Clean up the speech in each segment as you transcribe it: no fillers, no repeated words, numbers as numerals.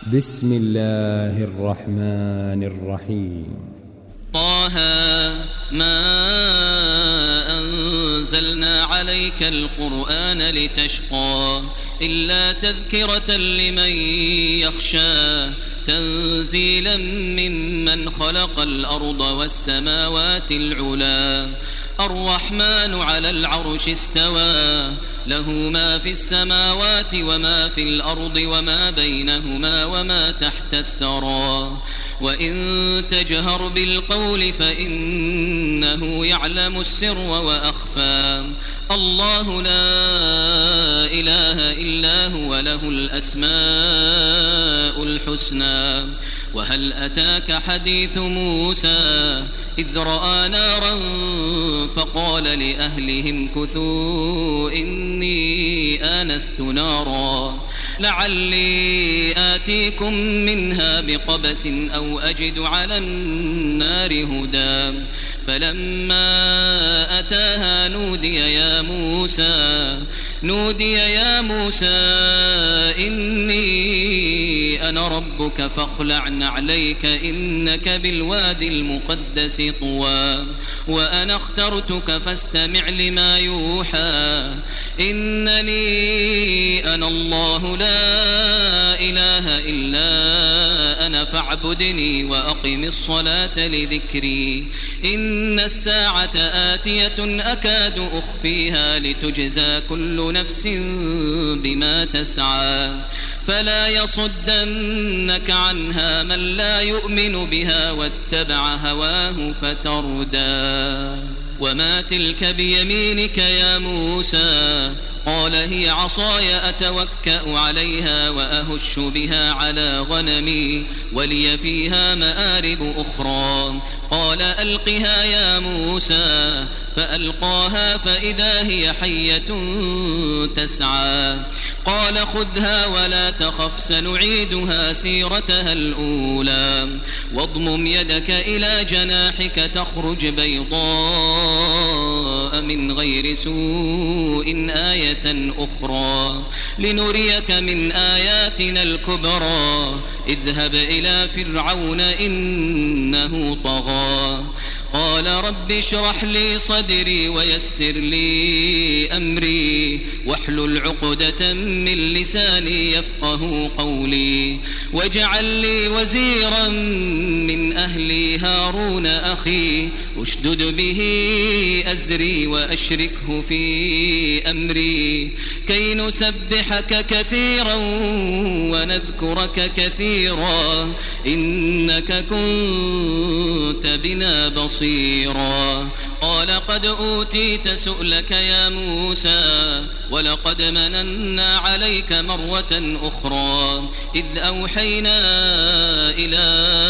بسم الله الرحمن الرحيم. طه ما أنزلنا عليك القرآن لتشقى إلا تذكرة لمن يخشى تنزيلا ممن خلق الأرض والسماوات العلا الرحمن على العرش استوى له ما في السماوات وما في الأرض وما بينهما وما تحت الثرى وإن تجهر بالقول فإنه يعلم السر وأخفى الله لا إله إلا هو له الأسماء الحسنى وهل أتاك حديث موسى إذ رأى نارا فقال لأهلهم كثوا إني آنست نارا لعلي آتيكم منها بقبس أو أجد على النار هدى فلما أتاها نودي يا موسى إني أنا ربك فاخلع نعليك إنك بالوادي المقدس طوى وأنا اخترتك فاستمع لما يوحى إنني أنا الله لا إله إلا أنا فاعبدني وأقم الصلاة لذكري إن الساعة آتية أكاد أخفيها لتجزى كل نفس بما تسعى فلا يصدنك عنها من لا يؤمن بها واتبع هواه فتردى وما تلك بيمينك يا موسى قال هي عصاي أتوكأ عليها وأهش بها على غنمي ولي فيها مآرب أخرى قال ألقها يا موسى فألقاها فإذا هي حية تسعى قال خذها ولا تخف سنعيدها سيرتها الأولى واضمم يدك إلى جناحك تخرج بيضاء من غير سوء آية أخرى لنريك من آياتنا الكبرى اذهب إلى فرعون إنه طغى قال رب اشرح لي صدري ويسر لي أمري واحلل عقدة من لساني يفقه قولي واجعل لي وزيرا من أهلي هارون أخي اشدد به أزري وأشركه في أمري كي نسبحك كثيرا ونذكرك كثيرا إنك كنت بنا بصيرا قال قد أوتيت سؤلك يا موسى ولقد مننا عليك مرة أخرى إذ أوحينا إلى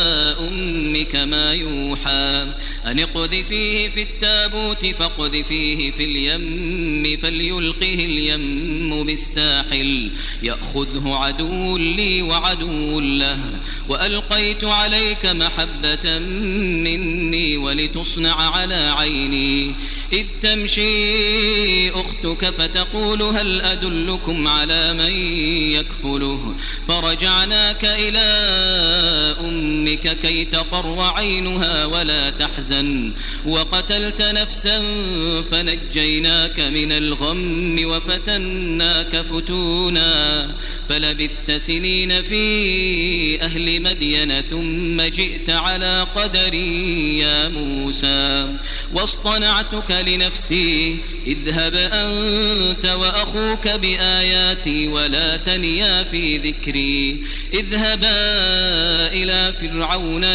أمك ما يوحى أن اقذفيه في التابوت فاقذفيه في اليم فليلقه اليم بالساحل يأخذه عدو لي وعدو له وألقيت عليك محبة مني ولتصنع على عيني إذ تمشي أختك فتقول هل أدلكم على من يكفله فرجعناك إلى أمك كي تقر عينها ولا تحزن وقتلت نفسا فنجيناك من الغم وفتناك فتونا فلبثت سنين في أهل مدين ثم جئت على قدري يا موسى واصطنعتك لنفسي اذهب أنت وأخوك بآياتي ولا تنيا في ذكري اذهبا إلى فرعون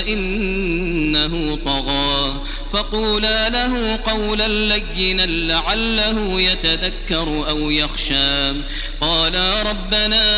إنه طغى فقولا له قولا لينا لعله يتذكر أو يخشى قالا ربنا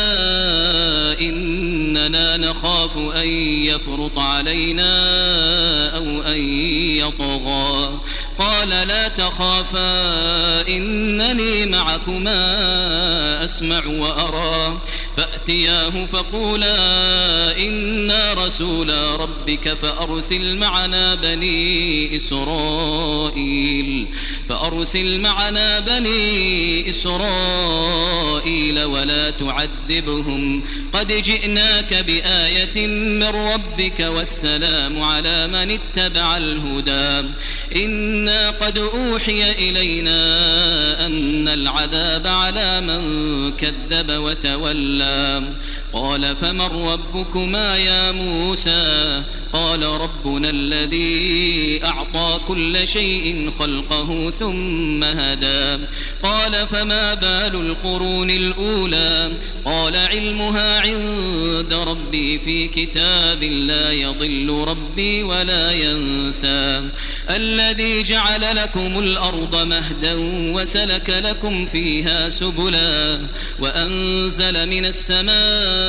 إننا نخاف أن يفرط علينا أو أن يطغى قال لا تخافا إنني معكما أسمع وأرى فأتياه فقولا إنا رسولا ربك فأرسل معنا بني إسرائيل فأرسل معنا بني إسرائيل ولا تعذبهم قد جئناك بآية من ربك والسلام على من اتبع الهدى إنا قد أوحي إلينا أن العذاب على من كذب وتولى قال فمن ربكما يا موسى قال ربنا الذي أعطى كل شيء خلقه ثم هدى قال فما بال القرون الأولى قال علمها عند ربي في كتاب لا يضل ربي ولا ينسى الذي جعل لكم الأرض مهدا وسلك لكم فيها سبلا وأنزل من السماء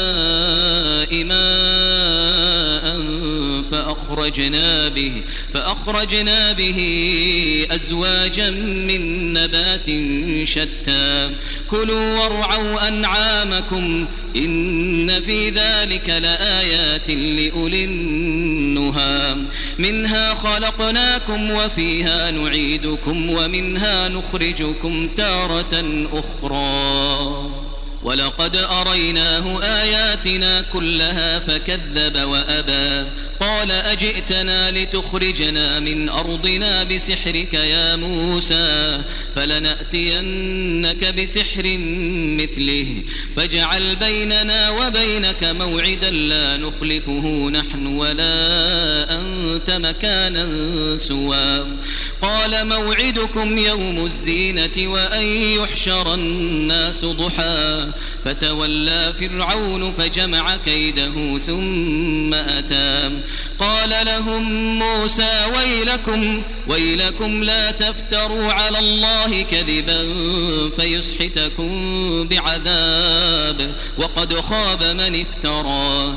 ماء فأخرجنا به أزواجا من نبات شتى كلوا وارعوا أنعامكم إن في ذلك لآيات لأولي النهى منها خلقناكم وفيها نعيدكم ومنها نخرجكم تارة أخرى ولقد أريناه آياتنا كلها فكذب وأبى قال أجئتنا لتخرجنا من أرضنا بسحرك يا موسى فلنأتينك بسحر مثله فاجعل بيننا وبينك موعدا لا نخلفه نحن ولا أنت مكانا سوى قال موعدكم يوم الزينة وأن يحشر الناس ضحى فتولى فرعون فجمع كيده ثم أتى قال لهم موسى ويلكم لا تفتروا على الله كذبا فيسحتكم بعذاب وقد خاب من افترى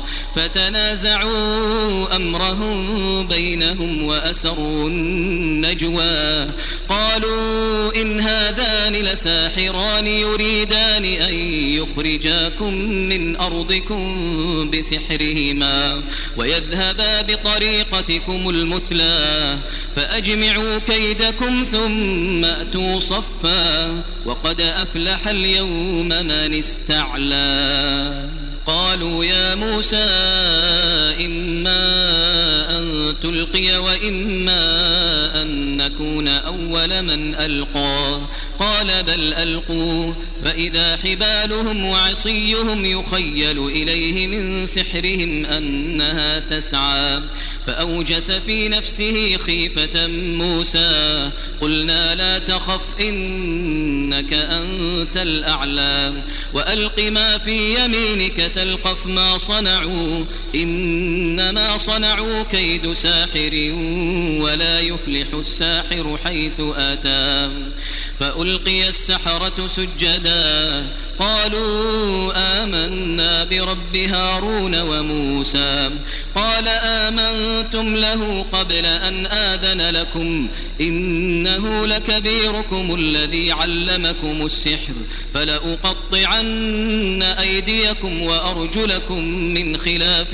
فتنازعوا أمرهم بينهم وأسروا النجوى قالوا إن هذان لساحران يريدان أن يخرجاكم من أرضكم بسحرهما ويذهبا بطريقتكم المثلى فأجمعوا كيدكم ثم أتوا صفا وقد أفلح اليوم من استعلى قالوا يا موسى إما أن تلقي وإما أن نكون أول من ألقى قال بل ألقوا فإذا حبالهم وعصيهم يخيل إليه من سحرهم أنها تسعى فأوجس في نفسه خيفة موسى قلنا لا تخف إنك أنت الأعلى وألق ما في يمينك تلقف ما صنعوا إنما صنعوا كيد ساحر ولا يفلح الساحر حيث أتى فألقي السحرة سجدا قالوا آمنا برب هارون وموسى قال آمنتم له قبل أن آذن لكم إنه لكبيركم الذي علمكم السحر فلأقطعن أيديكم وأرجلكم من خلاف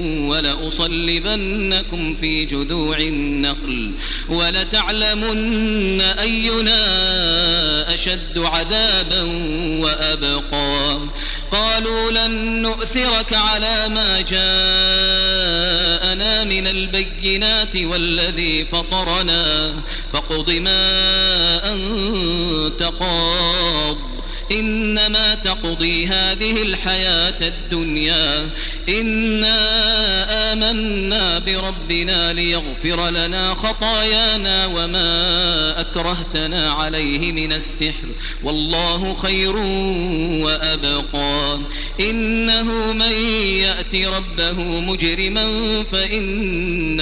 ولأصلبنكم في جذوع النخل ولتعلمن أينا أشد عذابا وأبقى قالوا لن نؤثرك على ما جاءنا من البينات والذي فطرنا فاقض ما أنت قاض إنما تقضي هذه الحياة الدنيا إنا آمنا بربنا ليغفر لنا خطايانا وما أكرهتنا عليه من السحر والله خير وأبقى إنه من يأت ربه مجرما فإن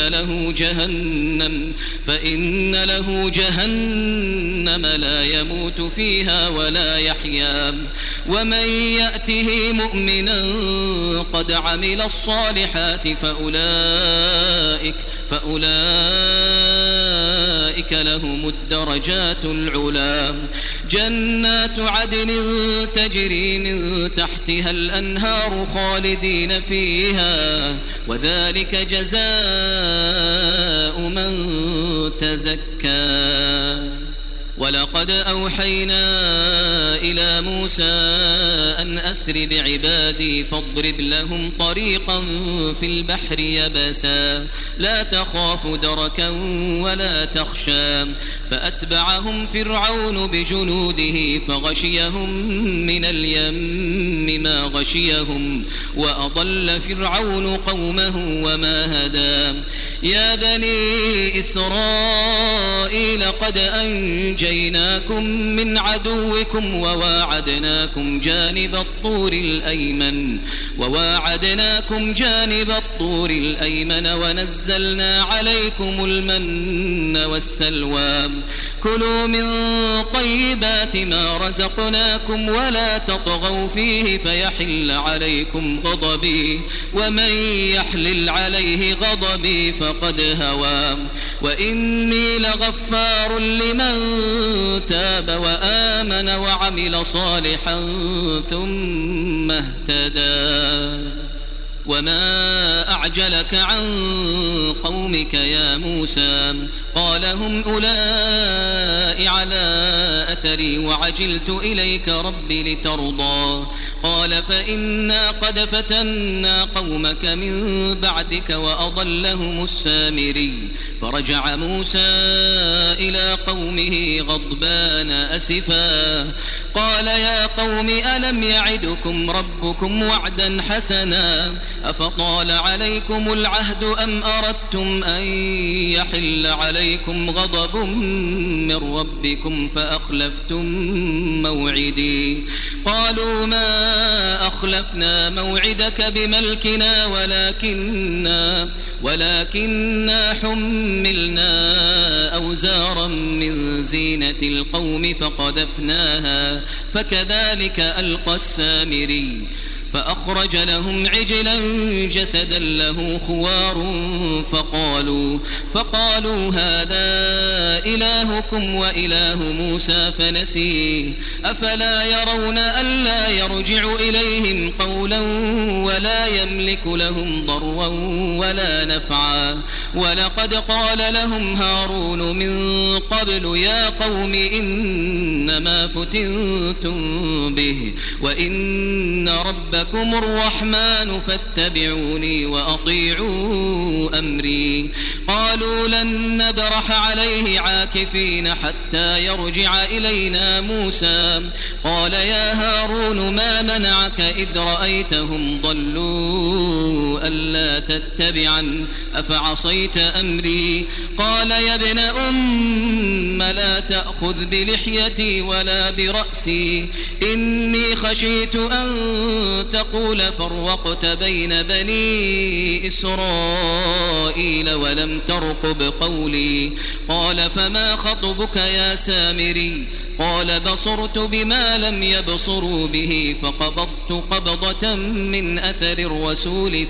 له جهنم لا يموت فيها ولا يحيا ومن يأته مؤمنا قد عمل الصالحات فأولئك لهم الدرجات العلى جنات عدن تجري من تحتها الأنهار خالدين فيها وذلك جزاء من تزكى ولقد أوحينا إلى موسى أن أسر بعبادي فاضرب لهم طريقا في البحر يبسا لا تخاف دركا ولا تخشى فأتبعهم فرعون بجنوده فغشيهم من اليم ما غشيهم وأضل فرعون قومه وما هدى يا بني إسرائيل قد أنجيناكم من عدوكم وواعدناكم جانب الطور الأيمن ونزلنا عليكم المن والسلوى كلوا من طيبات ما رزقناكم ولا تطغوا فيه فيحل عليكم غضبي ومن يحلل عليه غضبي فقد هوى وإني لغفار لمن تاب وآمن وعمل صالحا ثم اهتدى وما أعجلك عن قومك يا موسى قال هم أولئك على أثري وعجلت إليك ربي لترضى قال فإنا قد فتنا قومك من بعدك وأضلهم السامري فرجع موسى إلى قومه غضبان أسفا قال يا قوم ألم يعدكم ربكم وعدا حسنا أفطال عليكم العهد أم أردتم أن يحل عليكم غضب من ربكم فأخلفتم موعدي قالوا ما أخلفنا موعدك بملكنا ولكننا حملنا أوزارا من زينة القوم فقذفناها فكذلك ألقى السامري فأخرج لهم عجلا جسدا له خوار فقالوا هذا إلهكم وإله موسى فنسيه أفلا يرون ألا يرجع إليهم قولا ولا يملك لهم ضرا ولا نفعا ولقد قال لهم هارون من قبل يا قوم إنما فتنتم به وإن ربكم الرحمن فاتبعوني وأطيعوا أمري قالوا لن نبرح عليه عاكفين حتى يرجع إلينا موسى قال يا هارون ما منعك إذ رأيتهم ضلوا ألا تتبعا أفعصيت أمري قال يا ابن أم لا تأخذ بلحيتي ولا برأسي إني خشيت أن تقول فرقت بين بني إسرائيل ولم ترقب قولي قال فما خطبك يا سامري قال بصرت بما لم يبصروا به فقبضت قبضة من أثر الرسول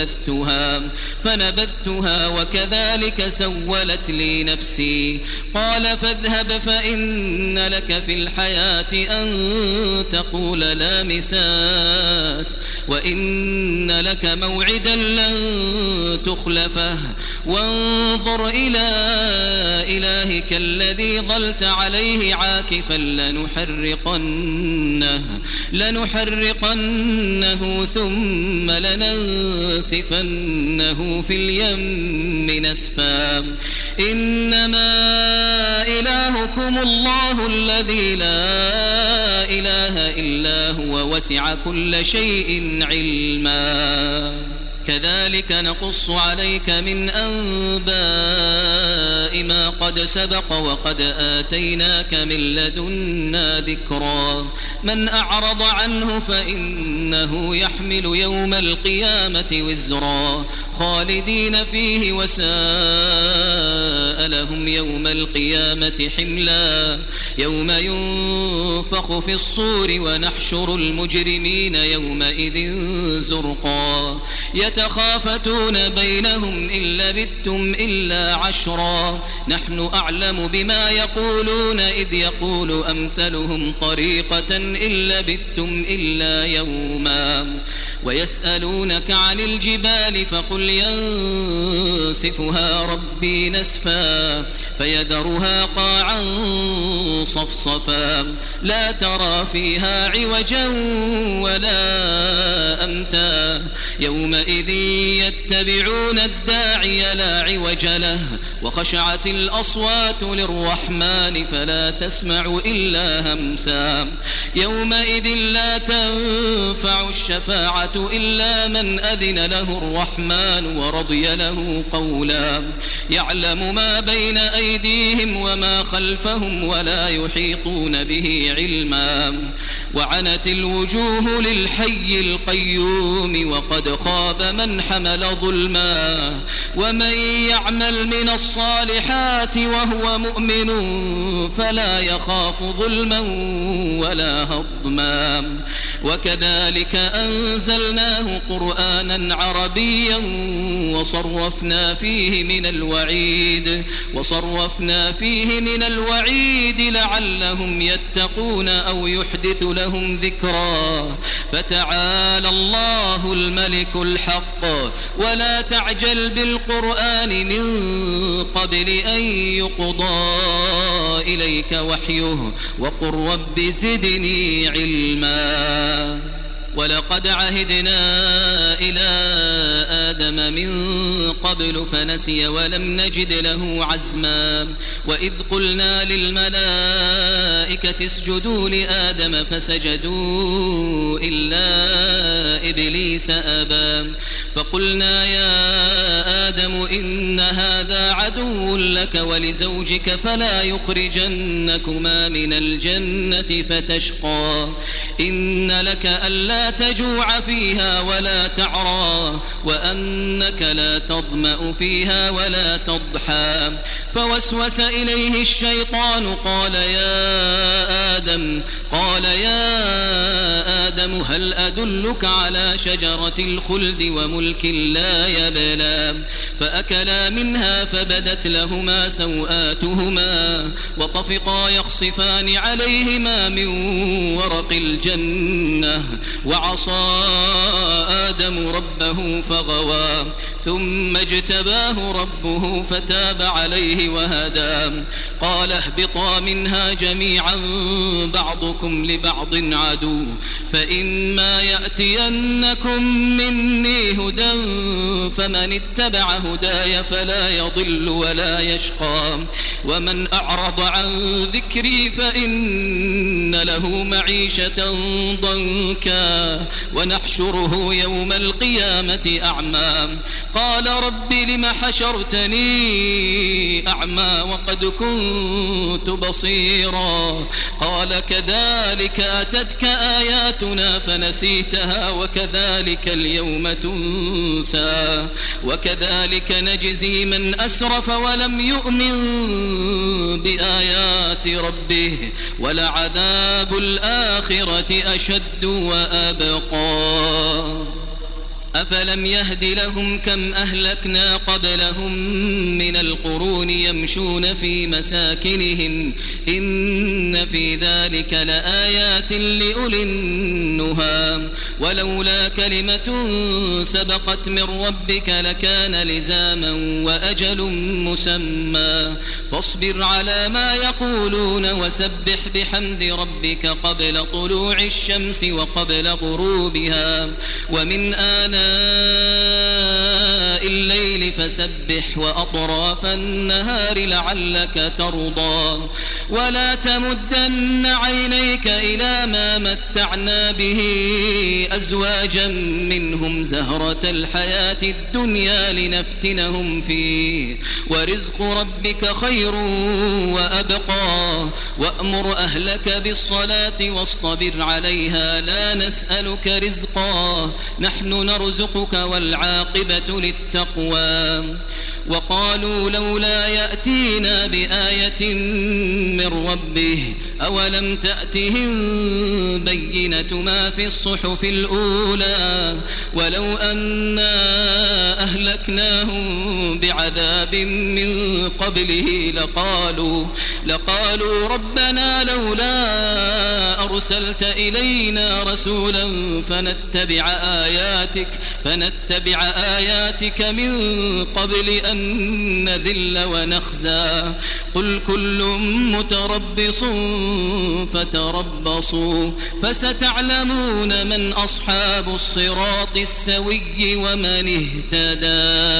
فنبذتها وكذلك سولت لي نفسي قال فاذهب فإن لك في الحياة أن تقول لا مساس وإن لك موعدا لن تخلفه وانظر إلى إلهك الذي ظلت عليه عاكفا لنحرقنه ثم لننسفنه في اليم نسفا إنما إلهكم الله الذي لا إله إلا هو وسع كل شيء علما كذلك نقص عليك من أنباء ما قد سبق وقد آتيناك من لدنا ذكرا من أعرض عنه فإنه يحمل يوم القيامة وزرا خالدين فيه وساء لهم يوم القيامة حملا يوم ينفخ في الصور ونحشر المجرمين يومئذ زرقا يتخافتون بينهم إن لبثتم إلا عشرا نحن أعلم بما يقولون إذ يقول أمثلهم طريقة إن لبثتم إلا يوما ويسألونك عن الجبال فقل ينسفها ربي نسفا فيذرها قاعا صفصفا لا ترى فيها عوجا ولا أمتا يومئذ يتبعون الداعي لا عوج له وخشعت الأصوات للرحمن فلا تسمع إلا همسا يومئذ لا تنفع الشفاعة إلا من أذن له الرحمن ورضي له قولا يعلم ما بين أيديهم وما خلفهم ولا يحيطون به علما وعنت الوجوه للحي القيوم وقد خاب من حمل ظلما ومن يعمل من الصالحات وهو مؤمن فلا يخاف ظلما ولا هضما وكذلك أنزلناه قرآنا عربيا وصرفنا فيه من الوعيد لعلهم يتقون أو يحدث لهم ذكرا فتعالى الله الملك الحق ولا تعجل بالقرآن من قبل أن يقضى إليك وحيه وقل رب زدني علما ولقد عهدنا إلى آدم من قبل فنسي ولم نجد له عزما وإذ قلنا للملائكة اسجدوا لآدم فسجدوا إلا إبليس أبى فقلنا يا آدم إن هذا عدو لك ولزوجك فلا يخرجنكما من الجنة فتشقى إن لك ألا تجوع فيها ولا تعرى وأنك لا تظمأ فيها ولا تضحى فوسوس إليه الشيطان قال يا آدم هل أدلك على شجرة الخلد وملك لا يبلى فأكلا منها فبدت لهما سوآتهما وطفقا يخصفان عليهما من ورق الجنة وعصى آدم ربه فغوى ثم اجتباه ربه فتاب عليه وهدى قال اهبطا منها جميعا بعضكم لبعض عدو فإما يأتينكم مني هدى فمن اتبع هداي فلا يضل ولا يشقى ومن أعرض عن ذكري فإن له معيشة ضنكا ونحشره يوم القيامة أعمى قال رب لم حشرتني أعمى وقد كنت بصيرا قال كذلك أتتك آياتنا فنسيتها وكذلك اليوم تنسى وكذلك نجزي من أسرف ولم يؤمن بآيات ربه ولعذاب الآخرة أشد وأبقى أفلم يهد لهم كم أهلكنا قبلهم من القرون يمشون في مساكنهم إن في ذلك لآيات لأولي النهى ولولا كلمة سبقت من ربك لكان لزاما وأجل مسمى فاصبر على ما يقولون وسبح بحمد ربك قبل طلوع الشمس وقبل غروبها ومن آناء الليل فسبح وأطراف النهار لعلك ترضى ولا تمدن عينيك إلى ما متعنا به أزواجا منهم زهرة الحياة الدنيا لنفتنهم فيه ورزق ربك خير وأبقى وأمر أهلك بالصلاة واصطبر عليها لا نسألك رزقا نحن نرزقك والعاقبة للتقوى وقالوا لولا يأتينا بآية من ربه أولم تأتهم بينة ما في الصحف الأولى ولو أنا أهلكناهم بعذاب كتاب من قبله لقالوا ربنا لولا أرسلت إلينا رسولا فنتبع آياتك من قبل أن نذل ونخزى قل كل متربص فتربصوا فستعلمون من أصحاب الصراط السوي ومن اهتدى.